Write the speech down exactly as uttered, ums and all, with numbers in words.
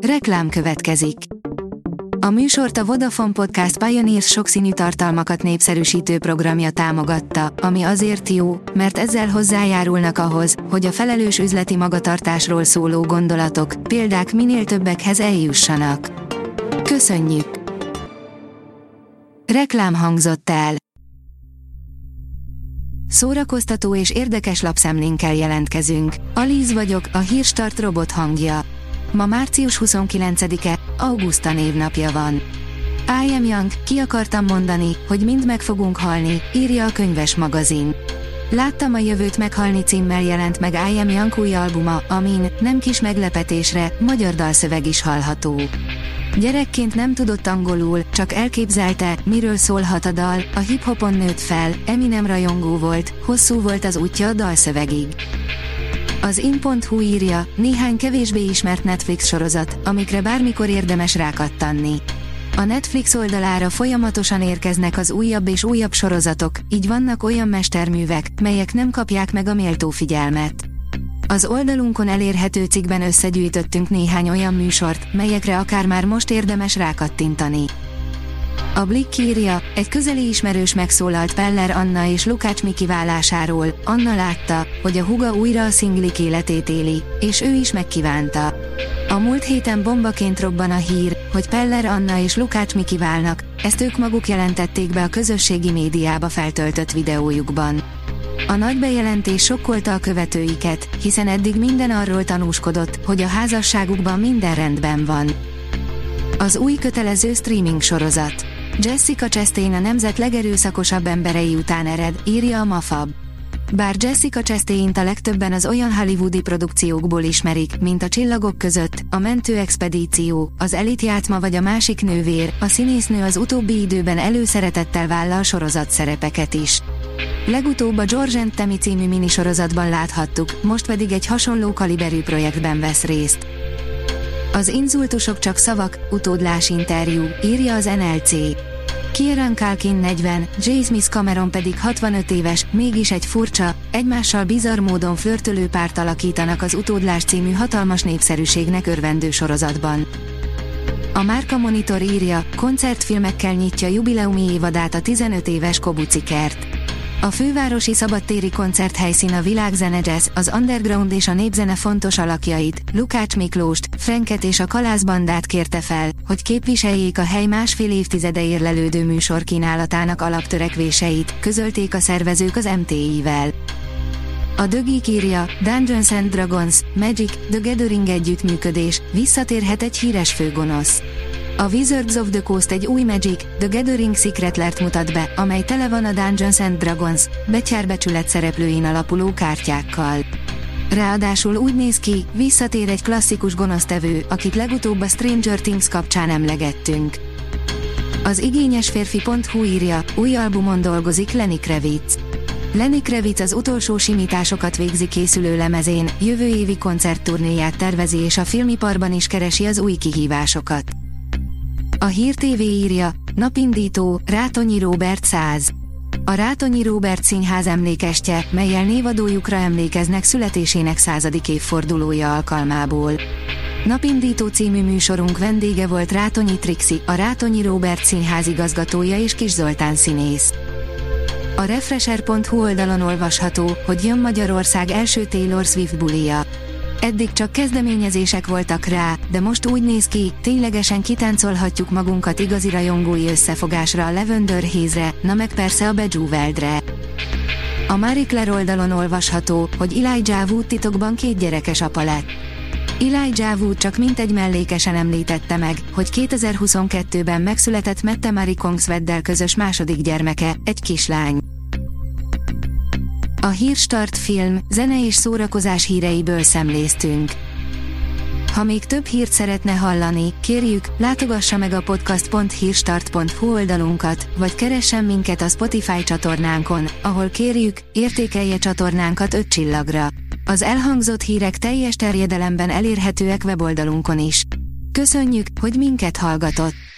Reklám következik. A műsort a Vodafone Podcast Pioneers sokszínű tartalmakat népszerűsítő programja támogatta, ami azért jó, mert ezzel hozzájárulnak ahhoz, hogy a felelős üzleti magatartásról szóló gondolatok, példák minél többekhez eljussanak. Köszönjük! Reklám hangzott el. Szórakoztató és érdekes lapszemlénkkel jelentkezünk. Alíz vagyok, a Hírstart robot hangja. Ma március huszonkilencedike, Auguszta névnapja van. I am Young, ki akartam mondani, hogy mind meg fogunk halni, írja a Könyves magazin. Láttam a jövőt meghalni címmel jelent meg I am Young új albuma, amin, nem kis meglepetésre, magyar dalszöveg is hallható. Gyerekként nem tudott angolul, csak elképzelte, miről szólhat a dal, a hip-hopon nőtt fel, Eminem rajongó volt, hosszú volt az útja a dalszövegig. Az in pont hu írja, néhány kevésbé ismert Netflix sorozat, amikre bármikor érdemes rákattanni. A Netflix oldalára folyamatosan érkeznek az újabb és újabb sorozatok, így vannak olyan mesterművek, melyek nem kapják meg a méltó figyelmet. Az oldalunkon elérhető cikkben összegyűjtöttünk néhány olyan műsort, melyekre akár már most érdemes rákattintani. A Blick írja, egy közeli ismerős megszólalt Peller Anna és Lukács Miki válásáról. Anna látta, hogy a húga újra a szinglik életét éli, és ő is megkívánta. A múlt héten bombaként robban a hír, hogy Peller Anna és Lukács Miki válnak, ezt ők maguk jelentették be a közösségi médiába feltöltött videójukban. A nagy bejelentés sokkolta a követőiket, hiszen eddig minden arról tanúskodott, hogy a házasságukban minden rendben van. Az új kötelező streaming sorozat. Jessica Chastain a nemzet legerőszakosabb emberei után ered, írja a Mafab. Bár Jessica Chastaint a legtöbben az olyan hollywoodi produkciókból ismerik, mint a Csillagok között, a Mentő expedíció, az Elit játszma vagy a Másik nővér, a színésznő az utóbbi időben előszeretettel vállal sorozat szerepeket is. Legutóbb a George and Tammy című minisorozatban láthattuk, most pedig egy hasonló kaliberű projektben vesz részt. Az inzultusok csak szavak, utódlás interjú, írja az en el cé. Kieran Culkin negyven, J. Smith Cameron pedig hatvanöt éves, mégis egy furcsa, egymással bizarr módon flörtölő párt alakítanak az Utódlás című hatalmas népszerűségnek örvendő sorozatban. A Márka Monitor írja, koncertfilmekkel nyitja jubileumi évadát a tizenöt éves Kobuci Kert. A fővárosi szabadtéri koncerthelyszín a világzene jazz, az underground és a népzene fontos alakjait, Lukács Miklóst, Franket és a Kalász bandát kérte fel, hogy képviseljék a hely másfél évtizede érlelődő műsor kínálatának alaptörekvéseit, közölték a szervezők az em té í-vel. A The Geek írja, Dungeons and Dragons, Magic, The Gathering együttműködés, visszatérhet egy híres főgonosz. A Wizards of the Coast egy új Magic, The Gathering Secret-lert mutat be, amely tele van a Dungeons and Dragons, betyárbecsület szereplőin alapuló kártyákkal. Ráadásul úgy néz ki, visszatér egy klasszikus gonosztevő, akit legutóbb a Stranger Things kapcsán emlegettünk. Az igényesférfi pont hu írja, új albumon dolgozik Lenny Kravitz. Lenny Kravitz az utolsó simításokat végzi készülő lemezén, jövő évi koncertturnéját tervezi és a filmiparban is keresi az új kihívásokat. A Hír té vé írja, napindító, Rátonyi Róbert száz. A Rátonyi Róbert Színház emlékestje, mellyel névadójukra emlékeznek születésének századik évfordulója alkalmából. Napindító című műsorunk vendége volt Rátonyi Trixi, a Rátonyi Róbert Színház igazgatója és Kis Zoltán színész. A Refresher pont hu oldalon olvasható, hogy jön Magyarország első Taylor Swift bulija. Eddig csak kezdeményezések voltak rá, de most úgy néz ki, ténylegesen kitáncolhatjuk magunkat igazi rajongói összefogásra a Lavender Haze-re, na meg persze a Bejeweled-re. A Marie Claire oldalon olvasható, hogy Elijah Wood titokban két gyerekes apa lett. Elijah Wood csak mintegy mellékesen említette meg, hogy kétezer-huszonkettőben megszületett Mette Marie Kongsveddel közös második gyermeke, egy kislány. A Hírstart film, zene és szórakozás híreiből szemléztünk. Ha még több hírt szeretne hallani, kérjük, látogassa meg a podcast pont hírstart pont hu oldalunkat, vagy keressen minket a Spotify csatornánkon, ahol kérjük, értékelje csatornánkat öt csillagra. Az elhangzott hírek teljes terjedelemben elérhetőek weboldalunkon is. Köszönjük, hogy minket hallgatott!